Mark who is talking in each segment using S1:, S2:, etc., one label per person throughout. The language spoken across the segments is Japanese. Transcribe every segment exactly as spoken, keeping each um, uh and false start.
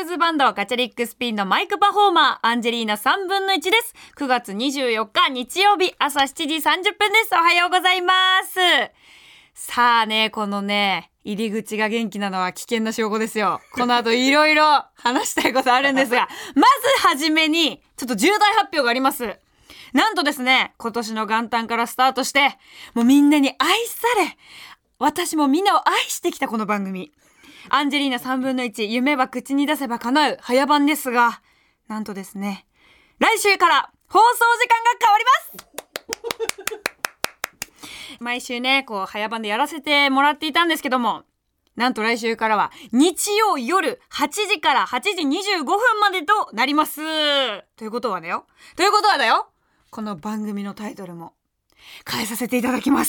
S1: ルズバンドガチャリックスピンのマイクパフォーマーアンジェリーナさんぶんのいちです。くがつにじゅうよっか日曜日朝しちじさんじゅっぷんです。おはようございます。さあね、このね入り口が元気なのは危険な証拠ですよ。この後いろいろ話したいことあるんですがまずはじめにちょっと重大発表があります。なんとですね、今年の元旦からスタートしてもうみんなに愛され、私もみんなを愛してきたこの番組アンジェリーナさんぶんのいち夢は口に出せば叶う早番ですが、なんとですね、来週から放送時間が変わります毎週ねこう早番でやらせてもらっていたんですけども、なんと来週からは日曜夜はちじからはちじにじゅうごふんまでとなります。ということはだよということはだよこの番組のタイトルも変えさせていただきます。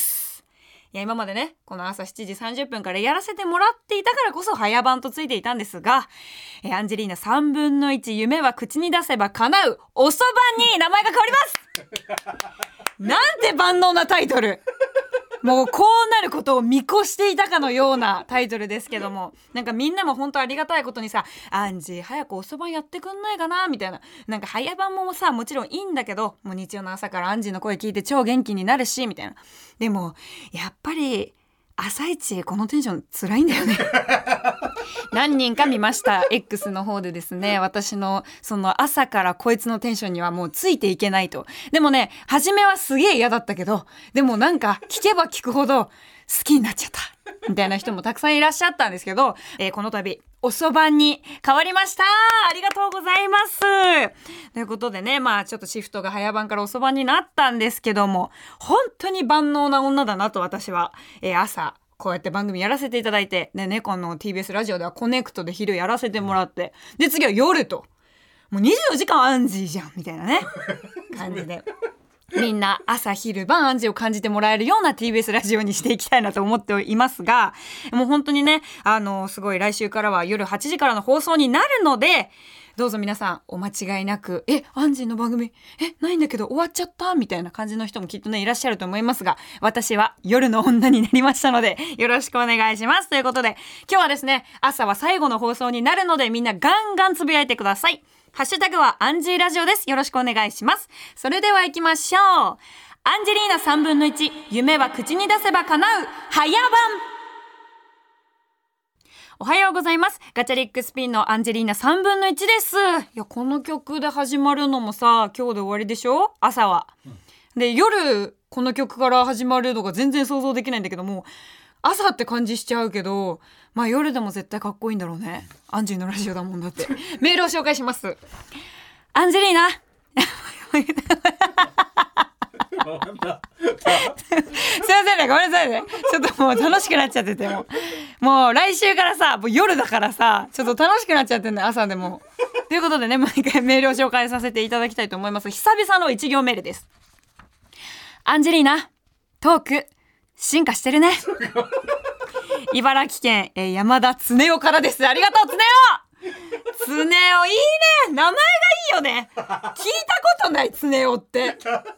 S1: いや今までねこの朝しちじさんじゅっぷんからやらせてもらっていたからこそ早番とついていたんですが、えアンジェリーナさんぶんのいち夢は口に出せば叶うおそばに名前が変わりますなんて万能なタイトルもうこうなることを見越していたかのようなタイトルですけども、なんかみんなも本当ありがたいことにさ、アンジ早くおそばやってくんないかなみたいな、なんか早番もさもちろんいいんだけど、もう日曜の朝からアンジの声聞いて超元気になるしみたいな、でもやっぱり朝一このテンション辛いんだよね何人か見ました X の方でですね、私のその朝からこいつのテンションにはもうついていけないと。でもね初めはすげえ嫌だったけど、でもなんか聞けば聞くほど好きになっちゃったみたいな人もたくさんいらっしゃったんですけど、えー、この度おそばに変わりました。ありがとうございます。ということでね、まあちょっとシフトが早番からおそばになったんですけども、本当に万能な女だなと私は、えー、朝こうやって番組やらせていただいて、ね、この ティービーエス ラジオではコネクトで昼やらせてもらって、で次は夜と、もうにじゅうよじかんアンジーじゃんみたいなね感じでみんな朝昼晩アンジーを感じてもらえるような ティービーエス ラジオにしていきたいなと思っていますが、もう本当にねあのすごい来週からは夜はちじからの放送になるので、どうぞ皆さんお間違いなく、えアンジーの番組えないんだけど終わっちゃったみたいな感じの人もきっとねいらっしゃると思いますが、私は夜の女になりましたのでよろしくお願いします。ということで今日はですね朝は最後の放送になるので、みんなガンガンつぶやいてください。ハッシュタグはアンジーラジオです。よろしくお願いします。それでは行きましょう。アンジェリーナさんぶんのいち夢は口に出せば叶う早番。おはようございます。ガチャリックスピンのアンジェリーナさんぶんのいちです。いやこの曲で始まるのもさ今日で終わりでしょ、朝は、うん、で夜この曲から始まるのが全然想像できないんだけども、朝って感じしちゃうけど、まあ夜でも絶対かっこいいんだろうね。アンジーのラジオだもんだってメールを紹介します。アンジェリーナすいませんね、ごめんなさいね、ちょっともう楽しくなっちゃってて、もうもう来週からさもう夜だからさちょっと楽しくなっちゃってんね、朝でも。ということでね毎回メールを紹介させていただきたいと思います。久々の一行メールです。アンジェリーナトーク進化してるね茨城県、えー、山田恒夫からです。ありがとう恒夫恒夫いいね、名前がいいよね。聞いたことない恒夫って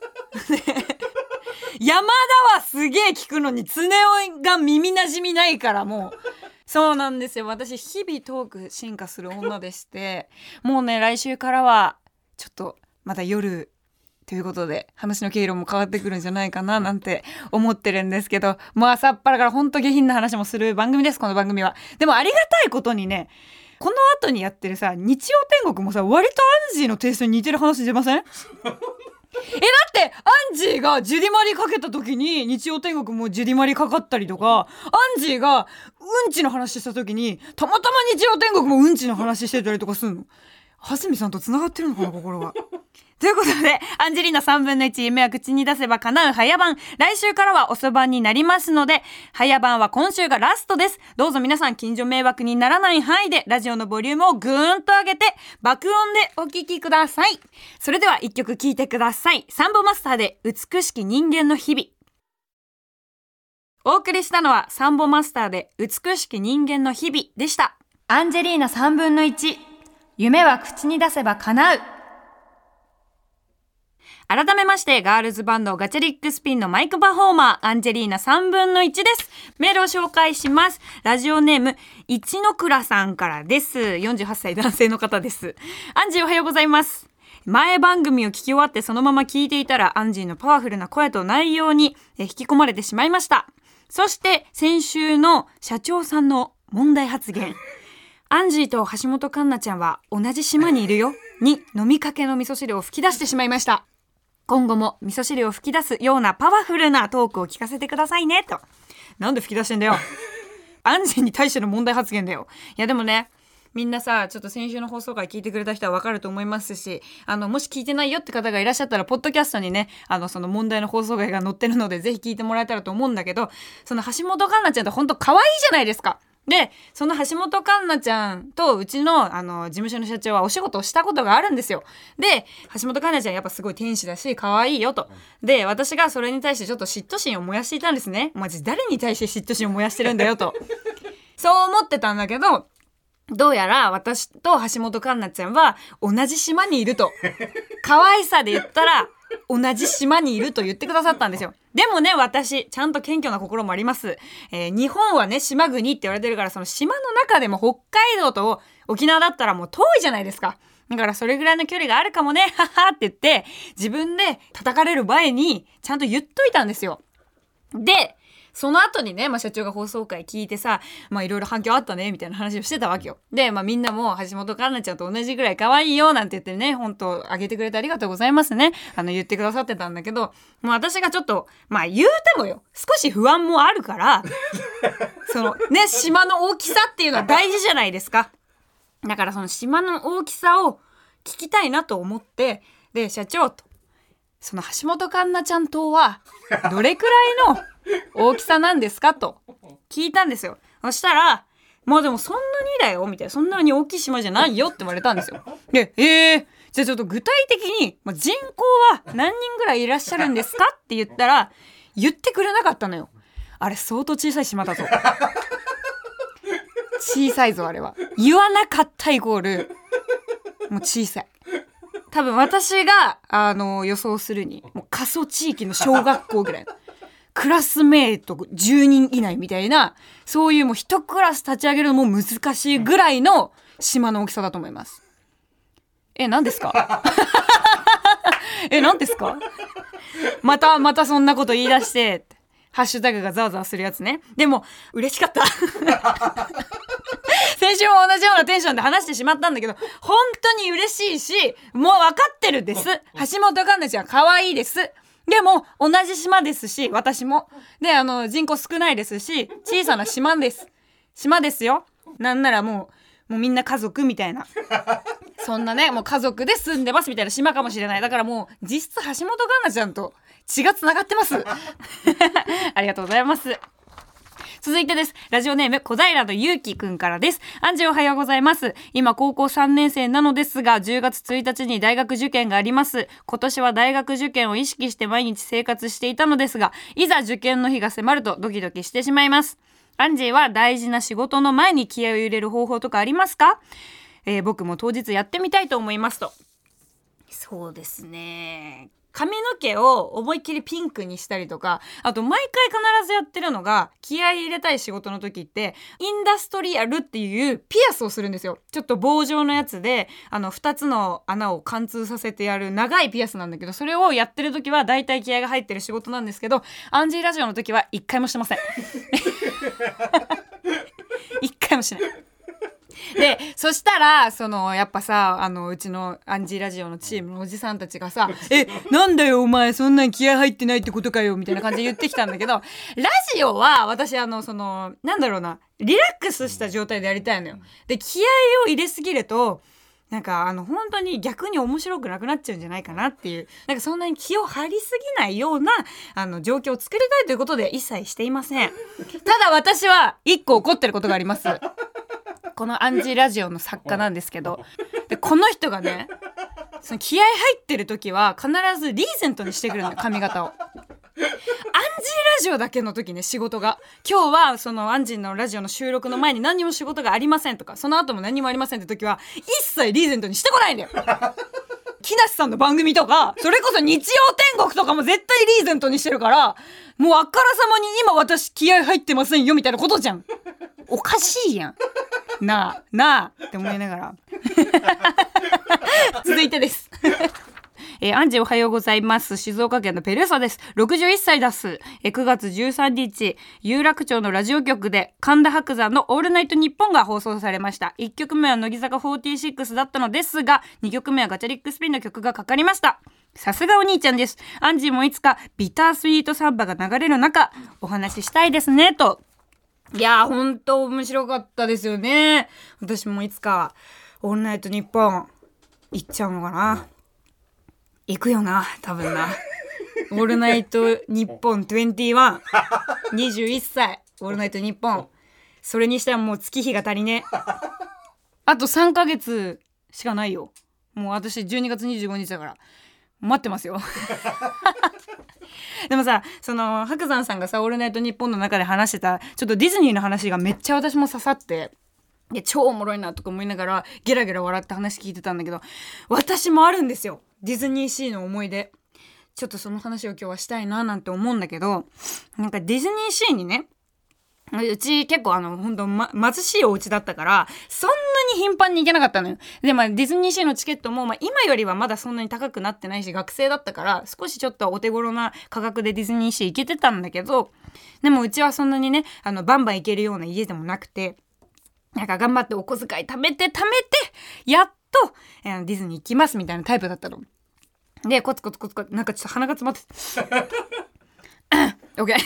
S1: 山田はすげえ聞くのに恒夫が耳なじみないから、もうそうなんですよ。私日々トーク進化する女でして、もうね来週からはちょっとまた夜ということで話の経路も変わってくるんじゃないかななんて思ってるんですけど、もう朝っぱらからほんと下品な話もする番組です、この番組は。でもありがたいことにね、この後にやってるさ日曜天国もさ割とアンジーのテイストに似てる話出ませんえだってアンジーがジュディマリかけた時に日曜天国もジュディマリかかったりとか、アンジーがうんちの話した時にたまたま日曜天国もうんちの話してたりとかするの。はすみさんとつながってるのかな心がということでアンジェリーナさんぶんのいち夢は口に出せば叶う早番、来週からは遅番になりますので、早番は今週がラストです。どうぞ皆さん近所迷惑にならない範囲でラジオのボリュームをぐーんと上げて爆音でお聞きください。それでは一曲聴いてください。サンボマスターで美しき人間の日々。お送りしたのはサンボマスターで美しき人間の日々でした。アンジェリーナさんぶんのいち夢は口に出せば叶う。 改めまして、ガールズバンドガチャリックスピンのマイクパフォーマー、アンジェリーナさんぶんのいちです。メールを紹介します。ラジオネーム、一ノ倉さんからです。よんじゅうはっさい男性の方です。アンジーおはようございます。前番組を聞き終わってそのまま聞いていたら、アンジーのパワフルな声と内容に引き込まれてしまいました。そして先週の社長さんの問題発言、アンジーと橋本環奈ちゃんは同じ島にいるよに飲みかけの味噌汁を吹き出してしまいました。今後も味噌汁を吹き出すようなパワフルなトークを聞かせてくださいねと。なんで吹き出してんだよアンジーに対しての問題発言だよ。いやでもね、みんなさ、ちょっと先週の放送回聞いてくれた人は分かると思いますし、あのもし聞いてないよって方がいらっしゃったら、ポッドキャストにね、あのその問題の放送回が載ってるので、ぜひ聞いてもらえたらと思うんだけど、その橋本環奈ちゃんって本当可愛いじゃないですか。で、その橋本環奈ちゃんとうちのあの事務所の社長はお仕事をしたことがあるんですよ。で、橋本環奈ちゃんやっぱすごい天使だし可愛いよと。で、私がそれに対してちょっと嫉妬心を燃やしていたんですね。マジ誰に対して嫉妬心を燃やしてるんだよと。そう思ってたんだけど、どうやら私と橋本環奈ちゃんは同じ島にいると。可愛さで言ったら同じ島にいると言ってくださったんですよ。でもね、私ちゃんと謙虚な心もあります、えー、日本はね島国って言われてるから、その島の中でも北海道と沖縄だったらもう遠いじゃないですか。だからそれぐらいの距離があるかもねははって言って自分で叩かれる前にちゃんと言っといたんですよ。でその後にね、まあ、社長が放送回聞いてさ、まあいろいろ反響あったねみたいな話をしてたわけよ。で、まあみんなも橋本環奈ちゃんと同じぐらい可愛いよなんて言ってね、本当あげてくれてありがとうございますね。あの言ってくださってたんだけど、もう私がちょっとまあ言うてもよ、少し不安もあるからそのね、島の大きさっていうのは大事じゃないですか。だからその島の大きさを聞きたいなと思って、で社長と、その橋本環奈ちゃん島はどれくらいの大きさなんですかと聞いたんですよ。そしたら、まあでもそんなにだよみたいな、そんなに大きい島じゃないよって言われたんですよ。で、えー、じゃあちょっと具体的に、まあ、人口は何人ぐらいいらっしゃるんですかって言ったら、言ってくれなかったのよ。あれ相当小さい島だぞ。小さいぞあれは。言わなかったイコールもう小さい。多分私があの予想するに、もう過疎地域の小学校ぐらい、クラスメートじゅうにん以内みたいな、そういうもう一クラス立ち上げるのも難しいぐらいの島の大きさだと思います。え、何ですかえ、何ですかまたまたそんなこと言い出してハッシュタグがザワザワするやつね。でも嬉しかった先週も同じようなテンションで話してしまったんだけど、本当に嬉しいし、もう分かってるです。橋本環奈ちゃん可愛いです。でも同じ島ですし、私もで、あの人口少ないですし、小さな島です島ですよ。なんならもうもうみんな家族みたいな、そんなね、もう家族で住んでますみたいな島かもしれない。だからもう実質橋本環奈ちゃんと血がつながってますありがとうございます。続いてです。ラジオネーム小平のゆうきくんからです。アンジーおはようございます。今高校さんねん生なのですが、じゅうがつついたちに大学受験があります。今年は大学受験を意識して毎日生活していたのですが、いざ受験の日が迫るとドキドキしてしまいます。アンジーは大事な仕事の前に気合を入れる方法とかありますか？えー、僕も当日やってみたいと思いますと。そうですね、髪の毛を思いっきりピンクにしたりとか、あと毎回必ずやってるのが、気合い入れたい仕事の時ってインダストリアルっていうピアスをするんですよ。ちょっと棒状のやつで、あのふたつの穴を貫通させてやる長いピアスなんだけど、それをやってる時はだいたい気合が入ってる仕事なんですけど、アンジーラジオの時は一回もしてません一回もしないで、そしたらそのやっぱさ、あのうちのアンジーラジオのチームのおじさんたちがさえ、なんだよお前そんなん気合入ってないってことかよみたいな感じで言ってきたんだけど、ラジオは私あのそのなんだろうな、リラックスした状態でやりたいのよ。で、気合を入れすぎるとなんかあの本当に逆に面白くなくなっちゃうんじゃないかなっていう、なんかそんなに気を張りすぎないようなあの状況を作りたいということで一切していません。ただ私は一個怒ってることがあります。このアンジーラジオの作家なんですけど、でこの人がね、その気合入ってる時は必ずリーゼントにしてくるのよ、髪型を。アンジーラジオだけの時ね、仕事が今日はそのアンジーのラジオの収録の前に何にも仕事がありませんとか、その後も何もありませんって時は一切リーゼントにしてこないんだよ木梨さんの番組とか、それこそ日曜天国とかも絶対リーゼントにしてるから、もうあからさまに今私気合入ってませんよみたいなことじゃん。おかしいやん。なあ、なあって思いながら。続いてです。えー、アンジおはようございます。静岡県のペルーサです。ろくじゅういっさいだす。えー、くがつじゅうさんにち、有楽町のラジオ局で神田伯山のオールナイトニッポンが放送されました。いっきょくめは乃木坂フォーティーシックスだったのですが、にきょくめはガチャリックスピンの曲がかかりました。さすがお兄ちゃんです。アンジーもいつかビタースイートサンバが流れる中、お話ししたいですね、と。いやー、ほんと面白かったですよね。私もいつかオールナイトニッポン行っちゃうのかな。行くよな、多分な。オールナイトニッポンにじゅういち、にじゅういっさい、オールナイトニッポン。それにしてはもう月日が足りね。あとさんかげつしかないよ。もう私じゅうにがつにじゅうごにちだから待ってますよ。でもさ、その白山さんがさ、オールナイトニッポンの中で話してたちょっとディズニーの話がめっちゃ私も刺さって、で超おもろいなとか思いながらゲラゲラ笑って話聞いてたんだけど、私もあるんですよ、ディズニーシーの思い出。ちょっとその話を今日はしたいななんて思うんだけど、なんかディズニーシーにね、うち結構あの本当、ま、貧しいお家だったからそんなに頻繁に行けなかったのよ。で、まあディズニーシーのチケットも、まあ、今よりはまだそんなに高くなってないし、学生だったから少しちょっとお手頃な価格でディズニーシー行けてたんだけど、でもうちはそんなにね、あのバンバン行けるような家でもなくて、なんか頑張ってお小遣い貯めて貯めてやっと、えー、ディズニー行きますみたいなタイプだったので、コツコツコツコツなんかちょっと鼻が詰まってオッケー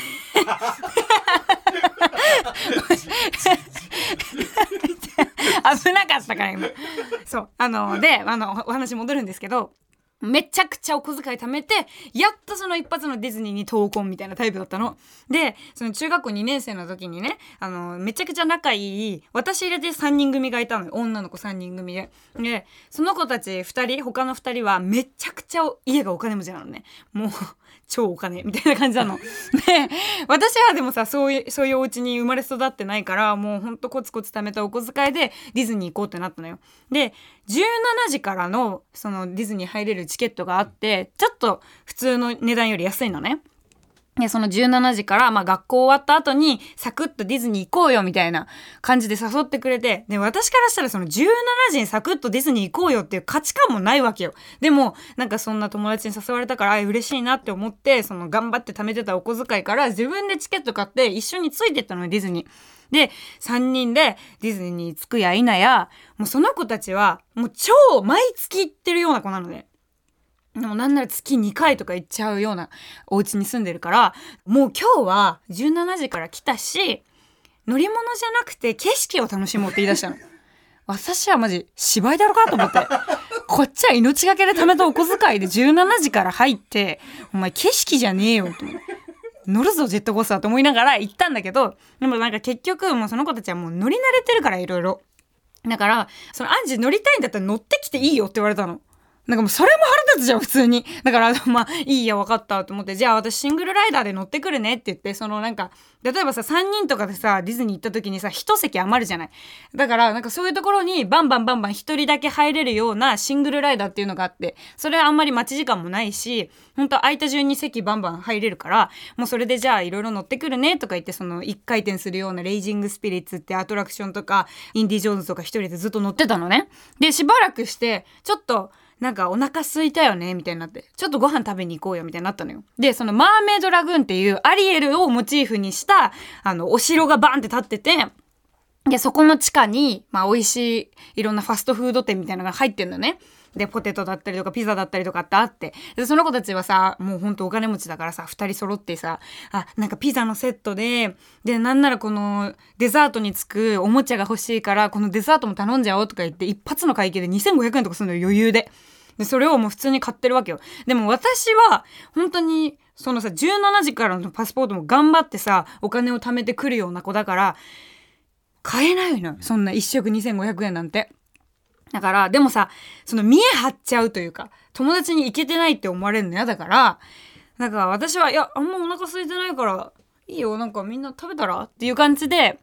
S1: 危なかったから今。そうあのであのお話戻るんですけど、めちゃくちゃお小遣い貯めてやっとその一発のディズニーに闘魂みたいなタイプだったので、その中学校にねん生の時にね、あのめちゃくちゃ仲いい私入れてさんにん組がいたのよ。女の子さんにん組で、でその子たちふたり、他のふたりはめちゃくちゃ家がお金持ちなのね。もう超お金みたいな感じなので、私はでもさ、そういうそういうお家に生まれ育ってないから、もうほんとコツコツ貯めたお小遣いでディズニー行こうってなったのよ。でじゅうしちじからのそのディズニー入れるチケットがあって、ちょっと普通の値段より安いのね。でそのじゅうしちじから、まあ、学校終わった後にサクッとディズニー行こうよみたいな感じで誘ってくれて、で私からしたらそのじゅうしちじにサクッとディズニー行こうよっていう価値観もないわけよ。でもなんかそんな友達に誘われたから、あ、嬉しいなって思って、その頑張って貯めてたお小遣いから自分でチケット買って一緒についてったのよ、ディズニーで。さんにんでディズニーに着くや否や、もうその子たちはもう超毎月行ってるような子なので、でもなんなら月にかいとか行っちゃうようなお家に住んでるから、もう今日はじゅうしちじから来たし、乗り物じゃなくて景色を楽しもうって言い出したの。私はマジ芝居だろかと思って、こっちは命がけで貯めたお小遣いでじゅうしちじから入って、お前景色じゃねえよと思って、乗るぞジェットコースターと思いながら行ったんだけど、でもなんか結局もうその子たちはもう乗り慣れてるから、いろいろだから、そのアンジ乗りたいんだったら乗ってきていいよって言われたの。なんかもうそれも腹立つじゃん普通に。だからまあいいや分かったと思って、じゃあ私シングルライダーで乗ってくるねって言って、そのなんか例えばささんにんとかでさディズニー行った時にさ一席余るじゃない。だからなんかそういうところにバンバンバンバン一人だけ入れるようなシングルライダーっていうのがあって、それはあんまり待ち時間もないし、本当空いた順に席バンバン入れるから、もうそれでじゃあいろいろ乗ってくるねとか言って、その一回転するようなレイジングスピリッツってアトラクションとかインディ・ジョーンズとか一人でずっと乗ってたのね。でしばらくしてちょっとなんかお腹空いたよねみたいになって、ちょっとご飯食べに行こうよみたいになったのよ。でそのマーメイドラグーンっていうアリエルをモチーフにしたあのお城がバンって立ってて、でそこの地下にまあ美味しいいろんなファストフード店みたいなのが入ってんのね。でポテトだったりとかピザだったりとかってあって、でその子たちはさもうほんとお金持ちだからさ、ふたり揃ってさ、あなんかピザのセットで、でなんならこのデザートにつくおもちゃが欲しいからこのデザートも頼んじゃおうとか言って、一発の会計でにせんごひゃくえんとかするのよ余裕で。でそれをもう普通に買ってるわけよ。でも私は本当にそのさじゅうしちじからのパスポートも頑張ってさお金を貯めてくるような子だから買えないのよ、そんな一食にせんごひゃくえんなんて。だからでもさ、その見え張っちゃうというか、友達に行けてないって思われるの嫌だから、なんか私はいやあんまお腹空いてないからいいよ、なんかみんな食べたらっていう感じで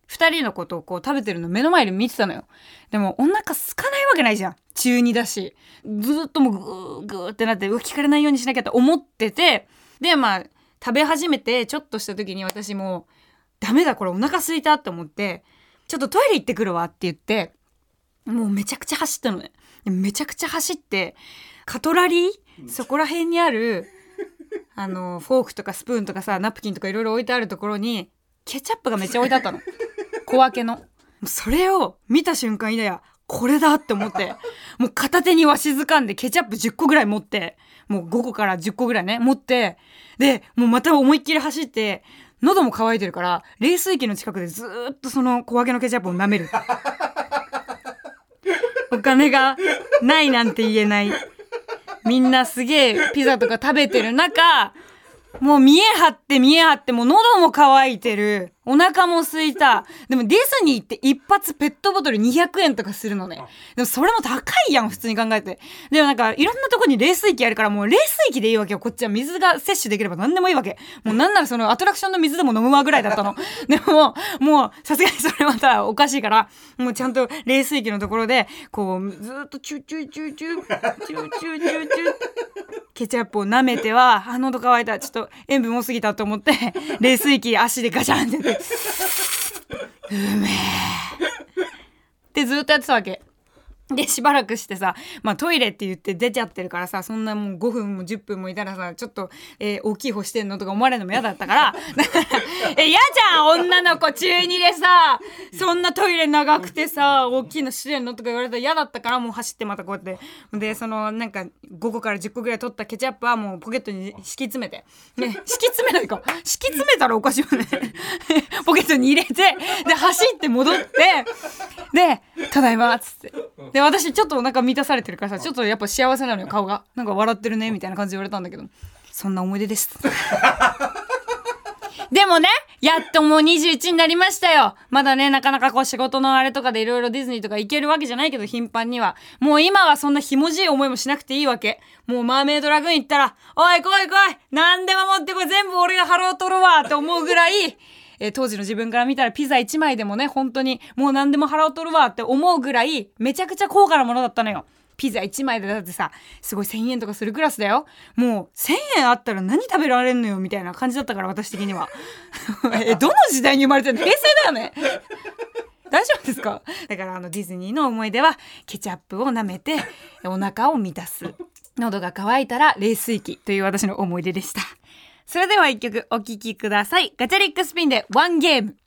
S1: 二人のことをこう食べてるの目の前で見てたのよ。でもお腹空かないわけないじゃん。中二だし。ずっともうグーグーってなって、うわ聞かれないようにしなきゃって思ってて、でまあ食べ始めてちょっとした時に私もダメだこれお腹空いたって思って、ちょっとトイレ行ってくるわって言って、もうめちゃくちゃ走ったのね。めちゃくちゃ走って、カトラリーそこら辺にあるあのフォークとかスプーンとかさ、ナプキンとかいろいろ置いてあるところにケチャップがめっちゃ置いてあったの。小分けの。それを見た瞬間いなやこれだって思って、もう片手にわしづかんでケチャップじゅっこぐらい持って、もうごこからじゅっこぐらいね持って、でもうまた思いっきり走って、喉も乾いてるから冷水器の近くでずーっとその小分けのケチャップを舐める。お金がないなんて言えない、みんなすげえピザとか食べてる中、もう見え張って見え張って、もう喉も渇いてる、お腹も空いた。でもディズニーって一発ペットボトルにひゃくえんとかするのね。でもそれも高いやん普通に考えて。でもなんかいろんなとこに冷水器あるから、もう冷水器でいいわけよ。こっちは水が摂取できれば何でもいいわけ。もうなんならそのアトラクションの水でも飲むわぐらいだったの。でももうさすがにそれまたおかしいから、もうちゃんと冷水器のところでこうずっとチューチューチューチューチューチューチューチューケチャップを舐めては、あ喉乾いた、ちょっと塩分多すぎたと思って冷水器足でガチャンってやってうめえってずっとやってたわけで、しばらくしてさ、まあトイレって言って出ちゃってるからさ、そんなもうごふんもじゅっぷんもいたらさ、ちょっと、えー、大きい方してんのとか思われるのも嫌だったからだからえ嫌じゃん女の子中にでさ、そんなトイレ長くてさ大きいのしてんのとか言われたら嫌だったから、もう走ってまたこうやって、でそのなんかごこからじゅっこぐらい取ったケチャップはもうポケットに敷き詰めて、ね、敷き詰めないか敷き詰めたらおかしいよねポケットに入れて、で走って戻って、でただいまっつって、で私ちょっとお腹満たされてるからさ、ちょっとやっぱ幸せなのよ顔が、なんか笑ってるねみたいな感じで言われたんだけど、そんな思い出ですでもね、やっともうにじゅういちになりましたよ。まだねなかなかこう仕事のあれとかでいろいろディズニーとか行けるわけじゃないけど、頻繁にはもう今はそんなひもじい思いもしなくていいわけ。もうマーメイドラグーン行ったら、おい来い来い何でも持ってこい、全部俺が払うとるわって思うぐらい、えー、当時の自分から見たらピザいちまいでもね本当にもう何でも払うとるわって思うぐらいめちゃくちゃ高価なものだったのよ。ピザいちまいでだってさ、すごいせんえんとかするクラスだよ。もうせんえんあったら何食べられんのよみたいな感じだったから、私的にはえどの時代に生まれてるの？平成だよね大丈夫ですか？だからあのディズニーの思い出はケチャップを舐めてお腹を満たす、喉が渇いたら冷水器という私の思い出でした。それでは一曲お聴きください。ガチャリックスピンでワンゲーム。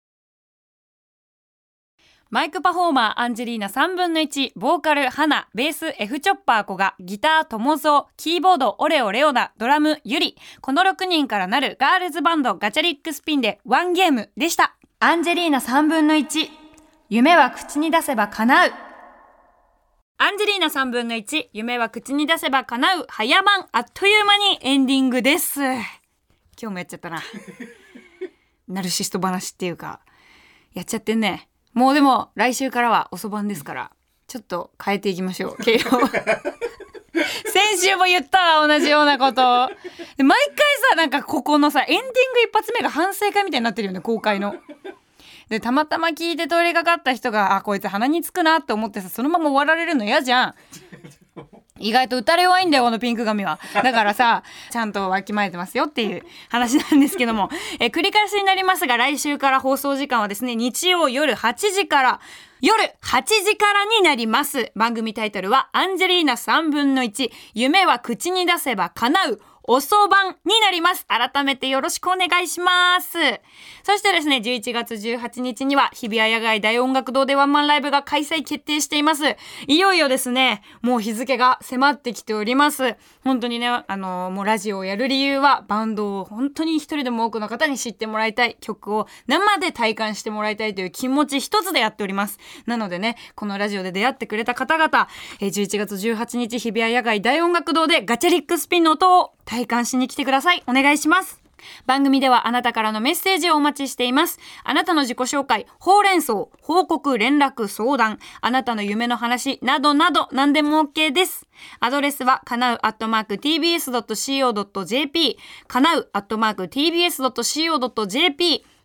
S1: マイクパフォーマーアンジェリーナさんぶんのいち、ボーカルハナ、ベース F チョッパーコガ、ギタートモゾウ、キーボードオレオレオナ、ドラムユリ、このろくにんからなるガールズバンドガチャリックスピンでワンゲームでした。アンジェリーナさんぶんのいち、夢は口に出せば叶う。アンジェリーナさんぶんのいち、夢は口に出せば叶う早番、あっという間にエンディングです。今日もやっちゃったなナルシスト話っていうかやっちゃってんね。もうでも来週からは遅番ですから、ちょっと変えていきましょう経路先週も言ったわ同じようなことで、毎回さなんかここのさエンディング一発目が反省会みたいになってるよね、公開の。でたまたま聞いて通りかかった人が、あこいつ鼻につくなって思ってさ、そのまま終わられるの嫌じゃん意外と打たれ弱いんだよこのピンク髪は。だからさちゃんとわきまえてますよっていう話なんですけども、え繰り返しになりますが、来週から放送時間はですね、日曜夜はちじから夜はちじからになります。番組タイトルはアンジェリーナさんぶんのいち、夢は口に出せば叶う遅番になります。改めてよろしくお願いします。そしてですね、じゅういちがつじゅうはちにちには日比谷野外大音楽堂でワンマンライブが開催決定しています。いよいよですね、もう日付が迫ってきております。本当にね、あのー、もうラジオをやる理由はバンドを本当に一人でも多くの方に知ってもらいたい、曲を生で体感してもらいたいという気持ち一つでやっております。なのでね、このラジオで出会ってくれた方々、えー、じゅういちがつじゅうはちにち日比谷野外大音楽堂でガチャリックスピンの音を体感しに来てください。お願いします。番組ではあなたからのメッセージをお待ちしています。あなたの自己紹介、ほうれん草、報告、連絡、相談、あなたの夢の話などなど何でも OK です。アドレスはかなうアットマーク ティービーエスドットシーオードットジェーピー、かなうアットマーク ティービーエスドットシーオードットジェーピー、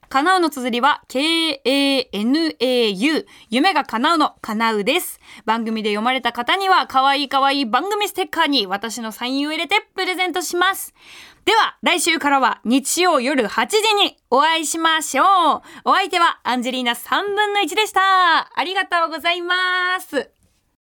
S1: 叶うの綴りは ケーエーエヌエーユー。夢が叶うの叶うです。番組で読まれた方には、かわいいかわいい番組ステッカーに私のサインを入れてプレゼントします。では、来週からは日曜夜はちじにお会いしましょう。お相手はアンジェリーナさんぶんのいちでした。ありがとうございます。